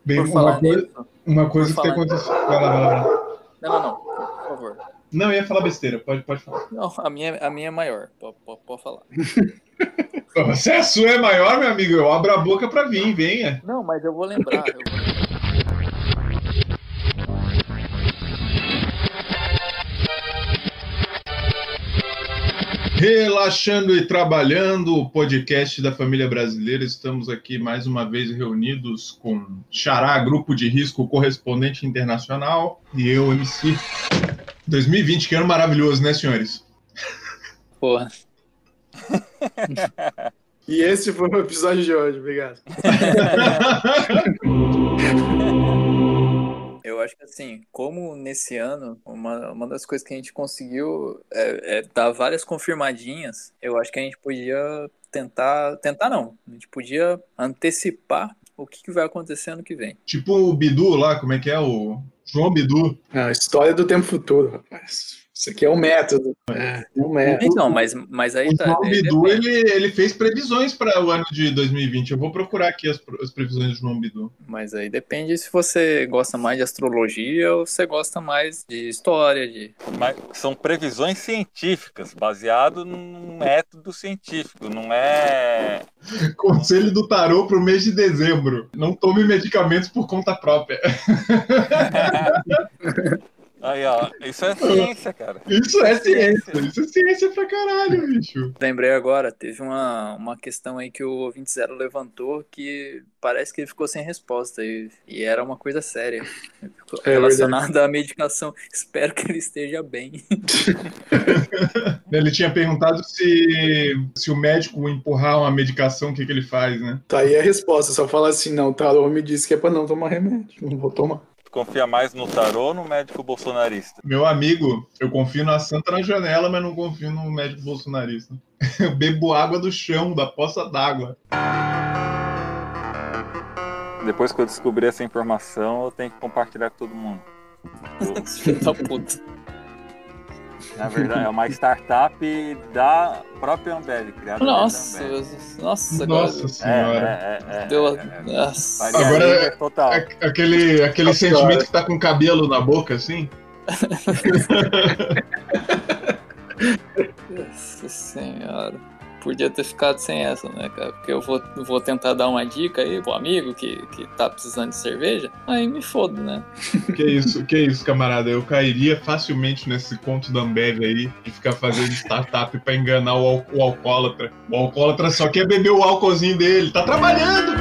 Bem, Por falar nisso... uma coisa que tem acontecido... Vai lá. Não, por favor. Não, eu ia falar besteira, pode falar. Não, a minha é maior, pode falar. Se a sua é maior, meu amigo, eu abro a boca pra vir, venha. Não, mas eu vou lembrar. Relaxando e trabalhando, o podcast da família brasileira. Estamos aqui mais uma vez reunidos com Xará, grupo de risco correspondente internacional, e eu, MC. 2020, que ano maravilhoso, né, senhores? Porra. E esse foi o episódio de hoje, obrigado. Eu acho que assim, como nesse ano, uma das coisas que a gente conseguiu é dar várias confirmadinhas, eu acho que a gente podia tentar não, a gente podia antecipar o que vai acontecer ano que vem. Tipo o Bidu lá, como é que é? O João Bidu. A história do tempo futuro, rapaz. Isso aqui é um método. Um método. Então, mas aí tá. O João Bidu, ele fez previsões para o ano de 2020. Eu vou procurar aqui as previsões do João Bidu. Mas aí depende se você gosta mais de astrologia ou você gosta mais de história. Mas são previsões científicas, baseado num método científico, não é... Conselho do tarô para o mês de dezembro. Não tome medicamentos por conta própria. Aí, ó, isso é ciência, cara. Isso é ciência pra caralho, bicho. Lembrei agora, teve uma questão aí que o ouvinte zero levantou que parece que ele ficou sem resposta e era uma coisa séria relacionada à medicação. Espero que ele esteja bem. Ele tinha perguntado se o médico empurrar uma medicação, o que ele faz, né? Tá aí a resposta, só fala assim, não, o tarô me disse que é pra não tomar remédio, não vou tomar. Confia mais no tarô ou no médico bolsonarista? Meu amigo, eu confio na santa na janela, mas não confio no médico bolsonarista. Eu bebo água do chão, da poça d'água. Depois que eu descobri essa informação, eu tenho que compartilhar com todo mundo. Filho da puta. Na verdade, é uma startup da própria Ambev, criada Nossa senhora. Nossa. Agora, total. aquele sentimento que tá com cabelo na boca, assim? Nossa senhora. Podia ter ficado sem essa, né, cara? Porque eu vou tentar dar uma dica aí pro amigo que tá precisando de cerveja. Aí me fodo, né? Que isso, camarada? Eu cairia facilmente nesse conto da Ambev aí, de ficar fazendo startup pra enganar o alcoólatra. O alcoólatra só quer beber o álcoolzinho dele. Tá trabalhando!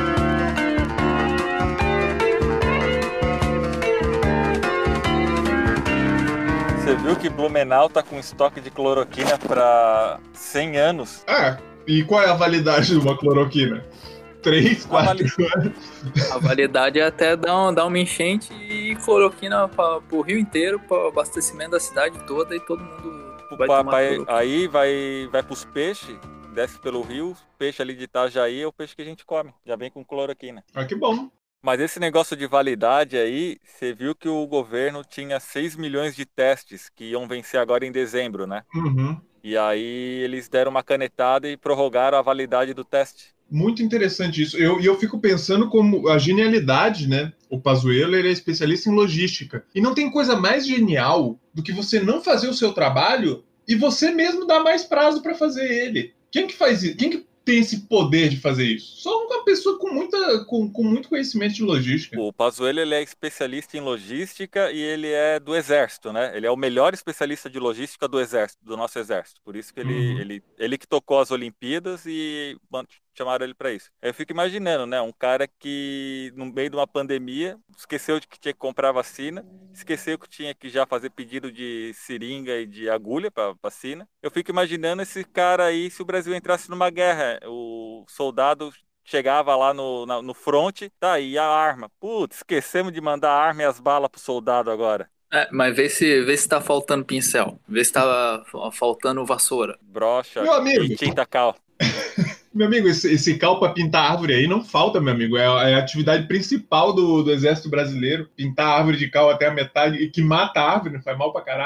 Você viu que Blumenau tá com estoque de cloroquina para 100 anos? E qual é a validade de uma cloroquina? 3, 4 anos? A validade é até dar uma enchente e cloroquina pro Rio inteiro, para abastecimento da cidade toda e todo mundo vai tomar cloroquina. Aí vai pros peixes, desce pelo rio, peixe ali de Itajaí é o peixe que a gente come, já vem com cloroquina. Que bom. Mas esse negócio de validade aí, você viu que o governo tinha 6 milhões de testes que iam vencer agora em dezembro, né? Uhum. E aí eles deram uma canetada e prorrogaram a validade do teste. Muito interessante isso. Eu fico pensando como a genialidade, né? O Pazuello, ele é especialista em logística. E não tem coisa mais genial do que você não fazer o seu trabalho e você mesmo dar mais prazo para fazer ele. Quem que faz isso? Quem que tem esse poder de fazer isso? Só uma pessoa com muito conhecimento de logística. O Pazuello, ele é especialista em logística e ele é do Exército, né? Ele é o melhor especialista de logística do Exército, do nosso Exército. Por isso que ele que tocou as Olimpíadas e chamaram ele para isso. Eu fico imaginando, né? Um cara que, no meio de uma pandemia, esqueceu de que tinha que comprar vacina, esqueceu que tinha que já fazer pedido de seringa e de agulha para vacina. Eu fico imaginando esse cara aí, se o Brasil entrasse numa guerra, o soldado chegava lá no front, tá aí a arma. Putz, esquecemos de mandar a arma e as balas pro soldado agora. Mas vê se tá faltando pincel. Vê se tá faltando vassoura. Brocha e tinta cal. Meu amigo, esse cal pra pintar árvore aí não falta, meu amigo. É a atividade principal do Exército Brasileiro. Pintar árvore de cal até a metade, e que mata a árvore, não faz mal pra caralho.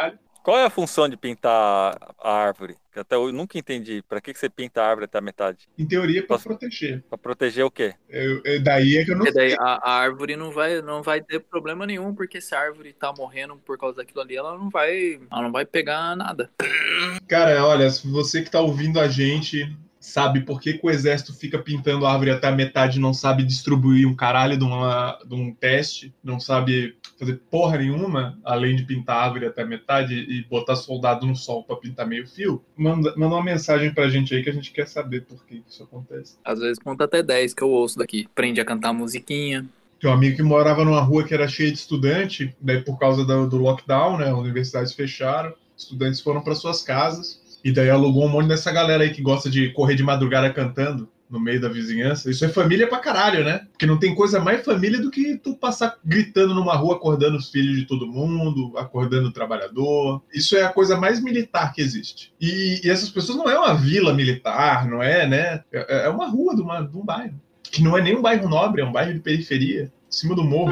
Qual é a função de pintar a árvore? Que até eu nunca entendi. Pra que você pinta a árvore até a metade? Em teoria, para proteger. Pra proteger o quê? Daí é que eu não Porque daí sei. a árvore não vai ter problema nenhum, porque se a árvore tá morrendo por causa daquilo ali, ela não vai pegar nada. Cara, olha, se você que tá ouvindo a gente sabe por que o exército fica pintando a árvore até a metade, não sabe distribuir um caralho de um teste, não sabe fazer porra nenhuma, além de pintar a árvore até a metade e botar soldado no sol pra pintar meio fio, manda uma mensagem pra gente aí que a gente quer saber por que isso acontece. Às vezes conta até 10 que eu ouço daqui. Aprende a cantar musiquinha. Tem um amigo que morava numa rua que era cheia de estudante, daí por causa do lockdown, né, as universidades fecharam, estudantes foram para suas casas, e daí alugou um monte dessa galera aí que gosta de correr de madrugada cantando no meio da vizinhança. Isso é família pra caralho, né? Porque não tem coisa mais família do que tu passar gritando numa rua, acordando os filhos de todo mundo, acordando o trabalhador. Isso é a coisa mais militar que existe. E essas pessoas não é uma vila militar, não é, né? É uma rua de um bairro. Que não é nem um bairro nobre, é um bairro de periferia, em cima do morro.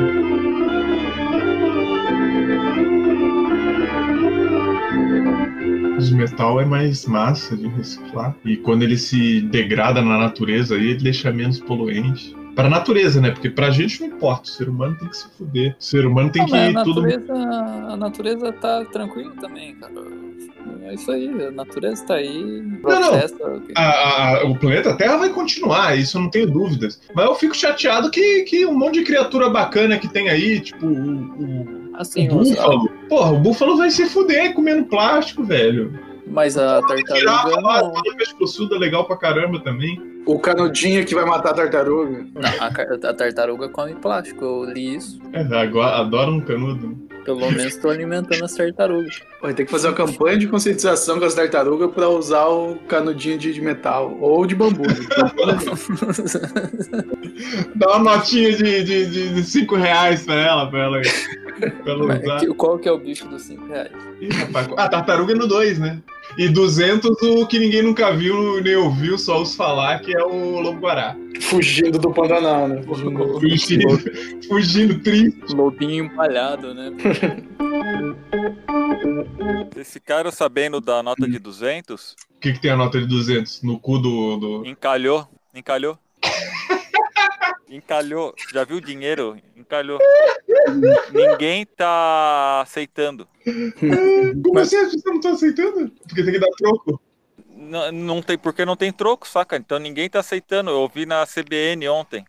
O metal é mais massa de reciclar. E quando ele se degrada na natureza, aí ele deixa menos poluente. Para a natureza, né? Porque pra gente não importa. O ser humano tem que se fuder. O ser humano tem que ir tudo... A natureza tá tranquila também, cara. É isso aí. A natureza tá aí. O planeta Terra vai continuar, isso eu não tenho dúvidas. Mas eu fico chateado que um monte de criatura bacana que tem aí, tipo assim, o búfalo. Porra, o búfalo vai se fuder comendo plástico, velho. Mas a tartaruga não. A pescoçuda é legal pra caramba também. O canudinho que vai matar a tartaruga. Não, a tartaruga come plástico, eu li isso. Adoro um canudo. Pelo menos tô alimentando as tartarugas. Vai ter que fazer uma campanha de conscientização com as tartarugas pra usar o canudinho de metal. Ou de bambu. Dá uma notinha de R$5 pra ela usar. Qual que é o bicho dos R$5? Ih, rapaz, a tartaruga é no 2, né? E 200 o que ninguém nunca viu nem ouviu, só os falar, que é o lobo-guará. Fugindo do Pantanal, né? Fugindo triste. Lobinho empalhado, né? Vocês ficaram sabendo da nota de 200? O que tem a nota de 200? No cu do... Encalhou. Encalhou. Já viu o dinheiro? Encalhou. Ninguém tá aceitando. Como assim? Vocês não estão aceitando? Porque tem que dar troco. Não tem, porque não tem troco, saca? Então ninguém tá aceitando. Eu ouvi na CBN ontem.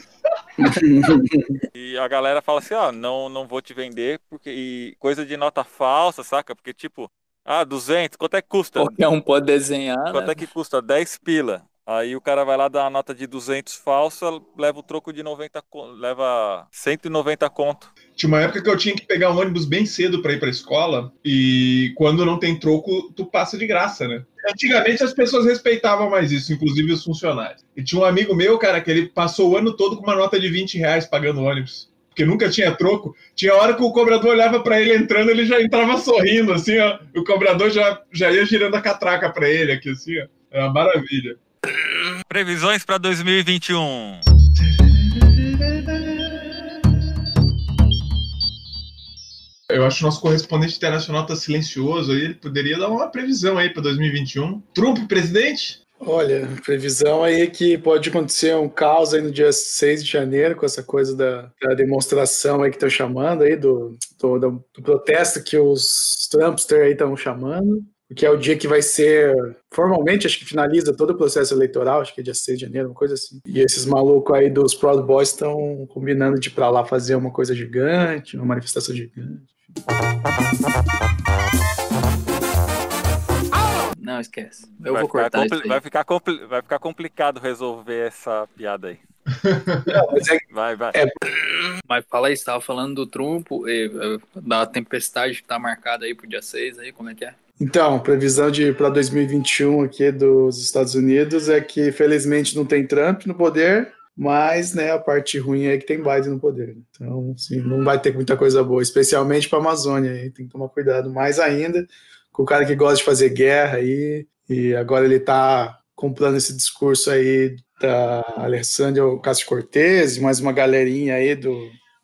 E a galera fala assim, não vou te vender, e coisa de nota falsa, saca? Porque tipo, 200, quanto é que custa? Qualquer um pode desenhar, Quanto né? é que custa? 10 pila. Aí o cara vai lá dar uma nota de 200 falsa, leva o troco de 90, leva 190 conto. Tinha uma época que eu tinha que pegar um ônibus bem cedo pra ir pra escola, e quando não tem troco, tu passa de graça, né? Antigamente as pessoas respeitavam mais isso, inclusive os funcionários. E tinha um amigo meu, cara, que ele passou o ano todo com uma nota de R$20 pagando ônibus. Porque nunca tinha troco. Tinha hora que o cobrador olhava pra ele entrando, ele já entrava sorrindo, assim, ó. O cobrador já ia girando a catraca pra ele aqui, assim, ó. É uma maravilha. Previsões para 2021. Eu acho que o nosso correspondente internacional tá silencioso aí. Ele poderia dar uma previsão aí para 2021. Trump, presidente? Olha, previsão aí que pode acontecer um caos aí no dia 6 de janeiro, com essa coisa da demonstração aí que estão chamando aí, do protesto que os Trumpsters aí estão chamando, que é o dia que vai ser, formalmente, acho que finaliza todo o processo eleitoral, acho que é dia 6 de janeiro, uma coisa assim. E esses malucos aí dos Proud Boys estão combinando de ir pra lá fazer uma coisa gigante, uma manifestação gigante. Não, esquece. Eu vou cortar isso aí. Vai ficar complicado resolver essa piada aí. Não, mas Vai. Mas fala aí, você tava falando do Trump, da tempestade que tá marcada aí pro dia 6, aí, como é que é? Então, previsão para 2021 aqui dos Estados Unidos é que, felizmente, não tem Trump no poder, mas, né, a parte ruim é que tem Biden no poder. Então, assim, não vai ter muita coisa boa, especialmente para a Amazônia. Aí tem que tomar cuidado mais ainda com o cara que gosta de fazer guerra aí, e agora ele tá comprando esse discurso aí da Alessandra Ocasio-Cortez, mais uma galerinha aí do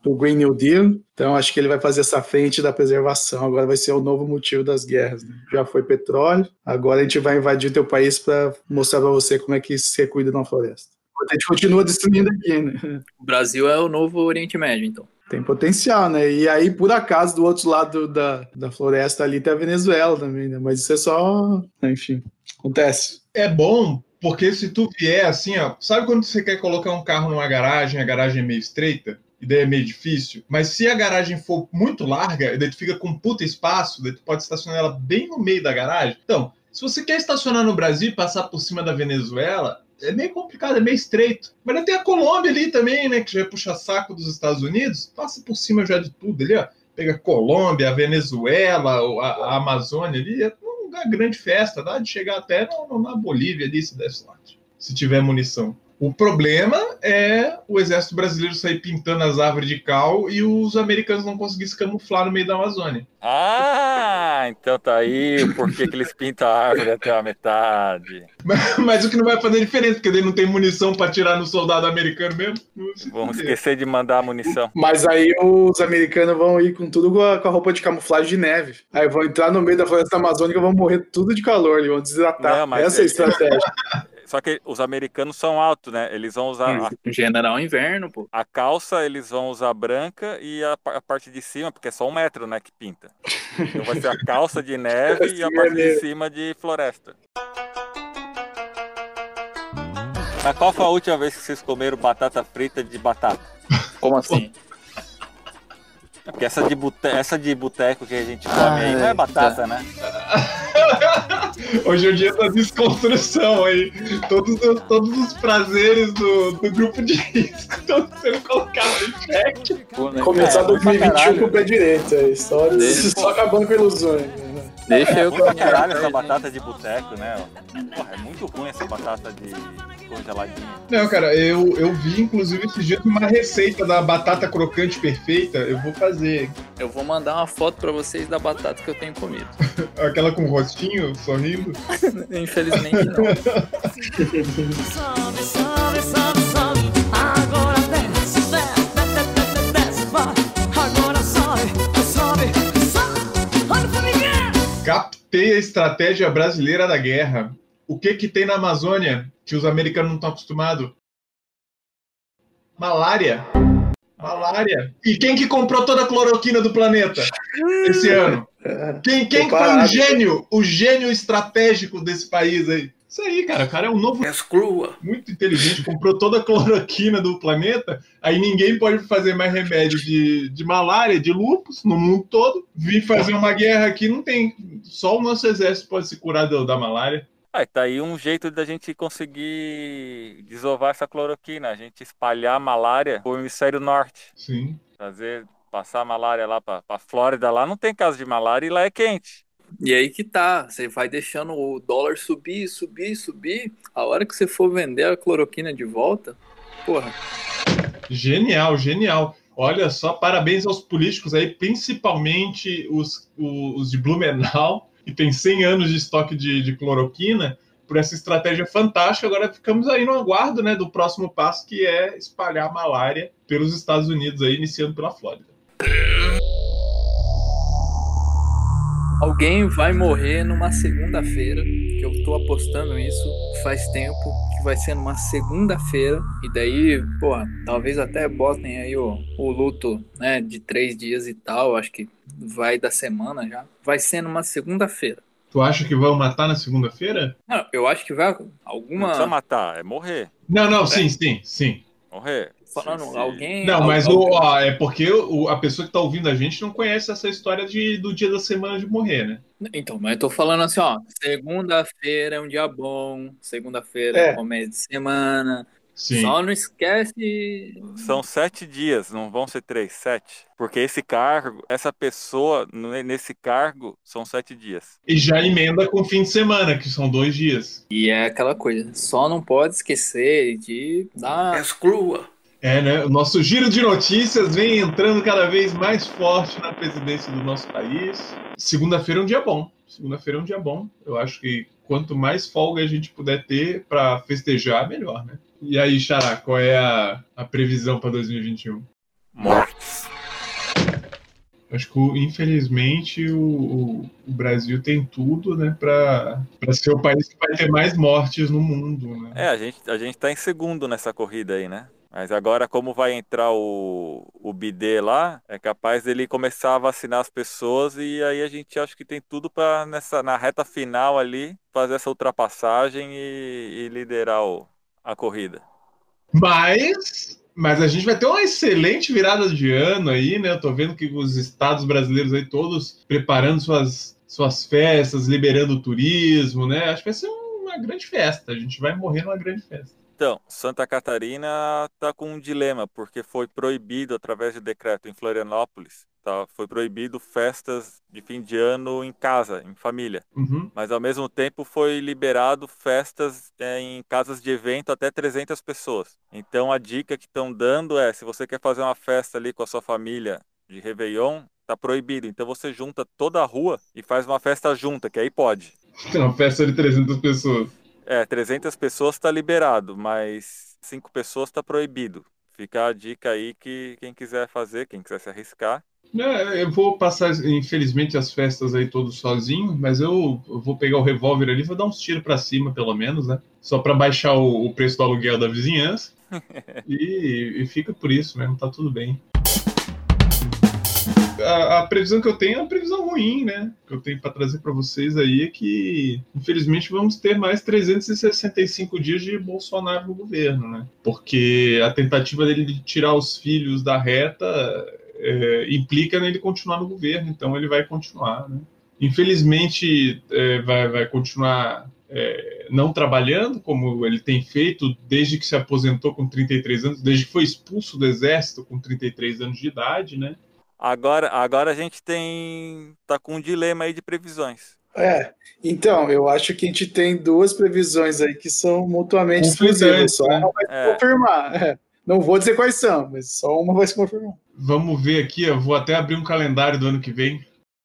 Green New Deal. Então, acho que ele vai fazer essa frente da preservação. Agora vai ser o novo motivo das guerras. Né? Já foi petróleo, agora a gente vai invadir o teu país para mostrar para você como é que se cuida de uma floresta. A gente continua destruindo aqui, né? O Brasil é o novo Oriente Médio, então. Tem potencial, né? E aí, por acaso, do outro lado da floresta ali tem a Venezuela também, né? Mas isso é só... Enfim, acontece. É bom, porque se tu vier assim, ó... Sabe quando você quer colocar um carro numa garagem, a garagem é meio estreita? E daí é meio difícil? Mas se a garagem for muito larga, e daí tu fica com um puta espaço, daí tu pode estacionar ela bem no meio da garagem. Então, se você quer estacionar no Brasil e passar por cima da Venezuela... É meio complicado, é meio estreito. Mas tem a Colômbia ali também, né? Que já é puxa-saco dos Estados Unidos. Passa por cima já de tudo ali, ó. Pega a Colômbia, a Venezuela, a Amazônia ali. É uma grande festa. Dá de chegar até na Bolívia ali, se der sorte. Se tiver munição. O problema é o exército brasileiro sair pintando as árvores de cal e os americanos não conseguirem se camuflar no meio da Amazônia. Ah, então tá aí o porquê que eles pintam a árvore até a metade. Mas o que não vai fazer diferença, porque daí não tem munição para atirar no soldado americano mesmo. Vamos esquecer de mandar a munição. Mas aí os americanos vão ir com tudo com a roupa de camuflagem de neve. Aí vão entrar no meio da floresta amazônica e vão morrer tudo de calor, eles vão desidratar. Não, Essa é a estratégia. Só que os americanos são altos, né? Eles vão usar... General Inverno, pô. A calça eles vão usar branca e a parte de cima, porque é só 1 metro, né, que pinta. Então vai ser a calça de neve e a parte de cima de floresta. Mas qual foi a última vez que vocês comeram batata frita de batata? Como assim? Porque essa de boteco que a gente come aí não é batata, né? Hoje é o dia da desconstrução aí. Todos os prazeres do grupo de risco estão sendo colocados em xeque. Começar 2021 com o pé direito. A história só acabando com ilusões. Deixa eu pra caralho essa batata de boteco, né? Porra, é muito ruim essa batata de congeladinha. Não, cara, eu vi inclusive esse dia uma receita da batata crocante perfeita. Eu vou fazer. Eu vou mandar uma foto pra vocês da batata que eu tenho comido. Aquela com o rostinho sorrindo? Infelizmente não. Sobe, sobe, sobe, sobe. Agora desce, desce, desce, vai. Agora sobe, sobe, sobe. Olha pra Miguel. Captei a estratégia brasileira da guerra. O que tem na Amazônia que os americanos não estão acostumados? Malária. Malária. E quem que comprou toda a cloroquina do planeta esse ano? Quem foi o gênio estratégico desse país aí? Isso aí, cara. O cara é um novo... Muito inteligente. Comprou toda a cloroquina do planeta. Aí ninguém pode fazer mais remédio de malária, de lúpus, no mundo todo. Vim fazer uma guerra aqui, não tem. Só o nosso exército pode se curar da malária. Tá aí um jeito da gente conseguir desovar essa cloroquina. A gente espalhar a malária pro hemisfério norte. Sim. Passar a malária lá pra Flórida. Lá não tem caso de malária e lá é quente. E aí que tá, você vai deixando o dólar subir, subir, subir. A hora que você for vender a cloroquina de volta, porra. Genial, genial. Olha só, parabéns aos políticos aí, principalmente os de Blumenau, que tem 100 anos de estoque de cloroquina, por essa estratégia fantástica. Agora ficamos aí no aguardo, né, do próximo passo, que é espalhar a malária pelos Estados Unidos, aí, iniciando pela Flórida. Alguém vai morrer numa segunda-feira, que eu tô apostando isso faz tempo, que vai ser numa segunda-feira, e daí, porra, talvez até botem aí o luto, né, de 3 dias e tal, acho que vai da semana já, vai ser numa segunda-feira. Tu acha que vão matar na segunda-feira? Não, eu acho que vai alguma... Não precisa matar, é morrer. Não, sim. Morrer. Falando, alguém... Não, mas é porque a pessoa que tá ouvindo a gente não conhece essa história do dia da semana de morrer, né? Então, mas eu tô falando assim, ó, segunda-feira é um dia bom, segunda-feira é começo de semana, Sim. Só não esquece... São 7 dias, não vão ser 3, 7. Porque esse cargo, essa pessoa nesse cargo, são 7 dias. E já emenda com fim de semana, que são 2 dias. E é aquela coisa, só não pode esquecer de dar... Exclua. É, né? O nosso giro de notícias vem entrando cada vez mais forte na presidência do nosso país. Segunda-feira é um dia bom. Segunda-feira é um dia bom. Eu acho que quanto mais folga a gente puder ter para festejar, melhor, né? E aí, Xará, qual é a previsão para 2021? Mortes. Acho que, infelizmente, o Brasil tem tudo, né, para ser o país que vai ter mais mortes no mundo, né? A gente tá em segundo nessa corrida aí, né? Mas agora, como vai entrar o bidê lá, é capaz dele começar a vacinar as pessoas e aí a gente acha que tem tudo para na reta final ali fazer essa ultrapassagem e liderar a corrida. Mas a gente vai ter uma excelente virada de ano aí, né? Eu tô vendo que os estados brasileiros aí todos preparando suas festas, liberando o turismo, né? Acho que vai ser uma grande festa. A gente vai morrer numa grande festa. Então, Santa Catarina está com um dilema, porque foi proibido, através de decreto em Florianópolis, tá? Foi proibido festas de fim de ano em casa, em família. Uhum. Mas, ao mesmo tempo, foi liberado festas em casas de evento até 300 pessoas. Então, a dica que estão dando é, se você quer fazer uma festa ali com a sua família de Réveillon, tá proibido. Então, você junta toda a rua e faz uma festa junta, que aí pode. Uma festa de 300 pessoas. 300 pessoas está liberado, mas 5 pessoas está proibido. Fica a dica aí que quem quiser fazer, quem quiser se arriscar. Eu vou passar, infelizmente, as festas aí todos sozinho, mas eu vou pegar o revólver ali e vou dar uns tiros pra cima, pelo menos, né? Só pra baixar o preço do aluguel da vizinhança. e fica por isso mesmo, tá tudo bem. A previsão que eu tenho é uma previsão ruim, né? Que eu tenho para trazer para vocês aí é que, infelizmente, vamos ter mais 365 dias de Bolsonaro no governo, né? Porque a tentativa dele de tirar os filhos da reta implica nele continuar no governo, então ele vai continuar, né? Infelizmente, vai continuar não trabalhando, como ele tem feito desde que se aposentou com 33 anos, desde que foi expulso do exército com 33 anos de idade, né? Agora a gente tá com um dilema aí de previsões. Então, eu acho que a gente tem duas previsões aí que são mutuamente exclusivas. Só uma vai se confirmar. Não vou dizer quais são, mas só uma vai se confirmar. Vamos ver aqui, eu vou até abrir um calendário do ano que vem.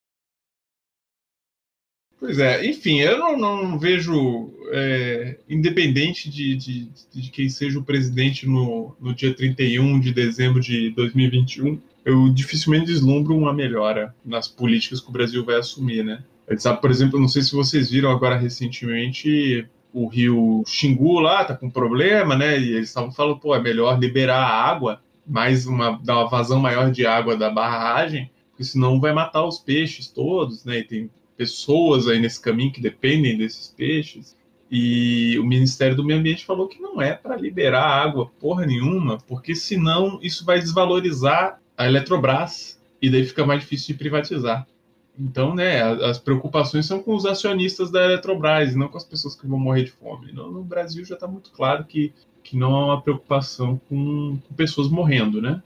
Pois é, enfim, eu não vejo, independente de quem seja o presidente no dia 31 de dezembro de 2021, eu dificilmente vislumbro uma melhora nas políticas que o Brasil vai assumir, né? A gente sabe, por exemplo, não sei se vocês viram agora recentemente, o rio Xingu lá tá com problema, né? E eles estavam falando, é melhor liberar a água, dar uma vazão maior de água da barragem, porque senão vai matar os peixes todos, né? E tem pessoas aí nesse caminho que dependem desses peixes. E o Ministério do Meio Ambiente falou que não é para liberar água porra nenhuma, porque senão isso vai desvalorizar a Eletrobras e daí fica mais difícil de privatizar. Então, né, as preocupações são com os acionistas da Eletrobras, não com as pessoas que vão morrer de fome. No Brasil já está muito claro que não há uma preocupação com pessoas morrendo, né?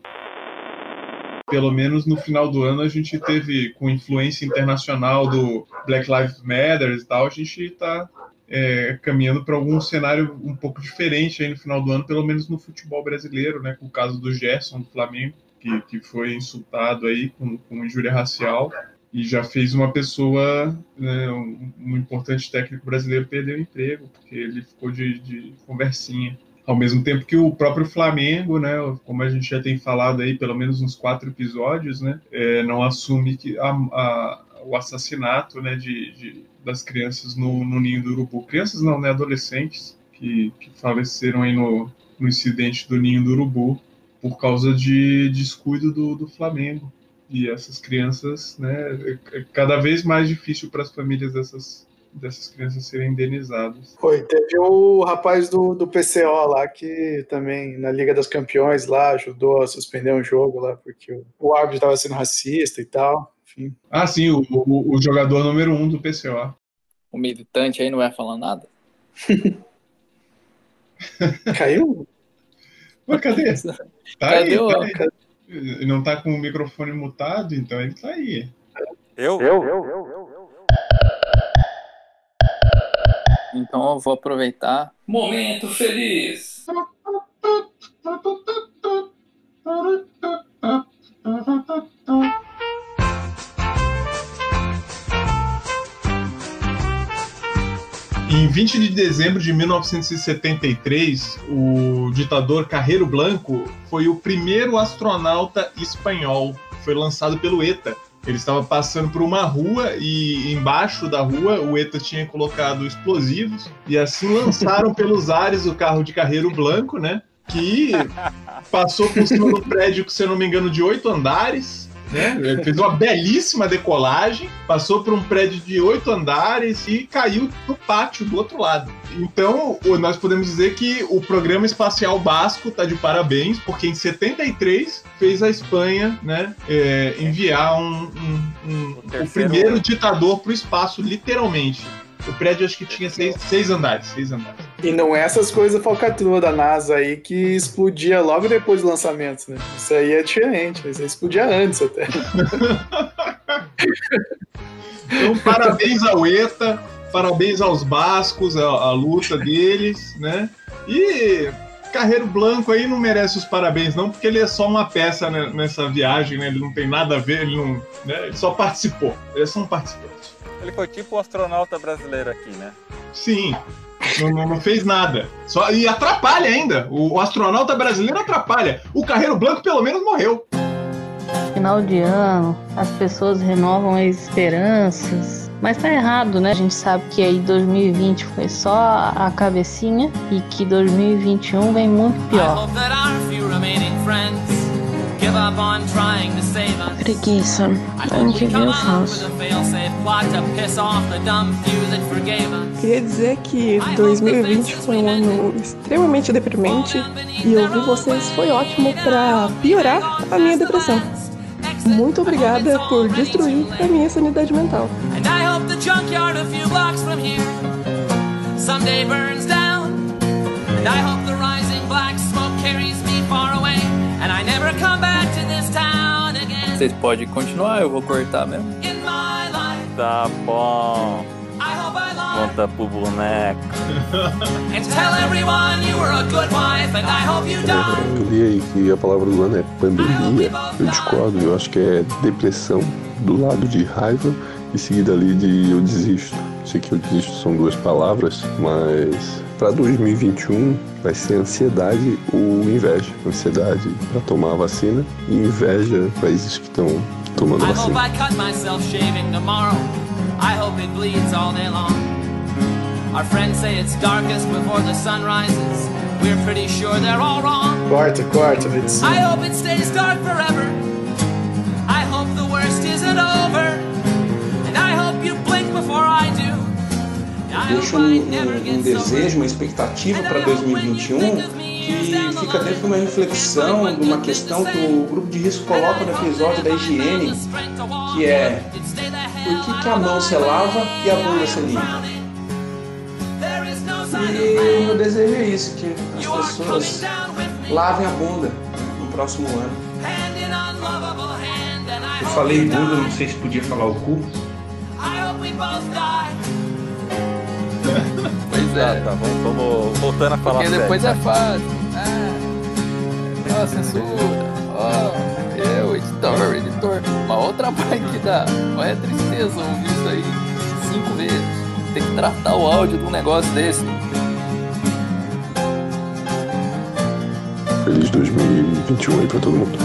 Pelo menos no final do ano a gente teve, com influência internacional do Black Lives Matter e tal, a gente está caminhando para algum cenário um pouco diferente aí no final do ano, pelo menos no futebol brasileiro, né, com o caso do Gerson do Flamengo, que foi insultado aí com injúria racial e já fez uma pessoa, né, um importante técnico brasileiro perder o emprego, porque ele ficou de conversinha. Ao mesmo tempo que o próprio Flamengo, né, como a gente já tem falado aí, pelo menos uns 4 episódios, né, não assume que o assassinato, né, das crianças no Ninho do Urubu. Crianças não, né, adolescentes que faleceram aí no incidente do Ninho do Urubu por causa de descuido do Flamengo. E essas crianças, né, é cada vez mais difícil para as famílias dessas crianças serem indenizadas. Teve o rapaz do PCO lá, que também na Liga dos Campeões lá ajudou a suspender um jogo lá, porque o árbitro estava sendo racista e tal, enfim. Ah, sim, o jogador número 1 do PCO. O militante aí não vai falar nada? Caiu? Mas cadê? Tá Cadê aí, o... tá aí. Ele não tá com o microfone mutado, então ele tá aí. Eu? Então eu vou aproveitar. Momento feliz! Em 20 de dezembro de 1973, o ditador Carrero Blanco foi o primeiro astronauta espanhol. Foi lançado pelo ETA. Ele estava passando por uma rua e embaixo da rua o ETA tinha colocado explosivos e assim lançaram pelos ares o carro de Carreiro Blanco, né? Que passou por cima do prédio, que, se eu não me engano, de 8 andares, né? Ele fez uma belíssima decolagem, passou por um prédio de 8 andares e caiu no pátio do outro lado. Então, nós podemos dizer que o Programa Espacial Basco está de parabéns, porque em 73 fez a Espanha, né, enviar o primeiro ditador para o espaço, literalmente. O prédio acho que tinha 6 andares. E não é essas coisas falcatrua da NASA aí que explodia logo depois do lançamento, né? Isso aí é diferente, isso aí explodia antes até. Então, parabéns ao ETA, parabéns aos bascos, a luta deles, né? E Carreiro Blanco aí não merece os parabéns não, porque ele é só uma peça nessa viagem, né? Ele não tem nada a ver, ele só participou, ele é só um participante. Ele foi tipo o astronauta brasileiro aqui, né? Sim, não fez nada. E atrapalha ainda. O astronauta brasileiro atrapalha. O Carreiro Blanco pelo menos morreu. Final de ano, as pessoas renovam as esperanças. Mas tá errado, né? A gente sabe que aí 2020 foi só a cabecinha e que 2021 vem muito pior. Preguiça. Ano que vem eu faço. Queria dizer que 2020 foi um ano extremamente deprimente e ouvir vocês foi ótimo pra piorar a minha depressão. Muito obrigada por destruir a minha sanidade mental. Vocês podem continuar, eu vou cortar mesmo. Tá bom. Conta pro boneco. Eu vi aí que a palavra do ano é pandemia. Eu discordo, eu acho que é depressão do lado de raiva e seguida ali de eu desisto. Sei que eu desisto são 2 palavras, mas para 2021 vai ser ansiedade ou inveja. Ansiedade para tomar a vacina e inveja para esses que estão tomando a vacina. Our friends say it's darkest before the sun rises. We're pretty sure they're all wrong. Corta, edição. I hope it stays dark forever. I hope the worst isn't over. And I hope you blink before I do. Deixa um desejo, uma expectativa para 2021 que fica dentro de uma reflexão, de uma questão que o grupo de risco coloca no episódio da higiene, que é: por que a mão se lava e a bunda se limpa? E o meu desejo é isso, que as pessoas lavem a bunda no próximo ano. Eu falei bunda, não sei se podia falar o cu. Pois é. Tá, vamos voltando a falar. Porque sério, depois né? é fácil. Censura. Editor. Uma outra parte que dá. Olha a tristeza ouvir isso aí 5 vezes. Tem que tratar o áudio de um negócio desse. Feliz 2021 aí pra todo mundo.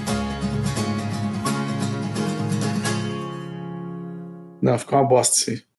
Não, ficou uma bosta isso aí.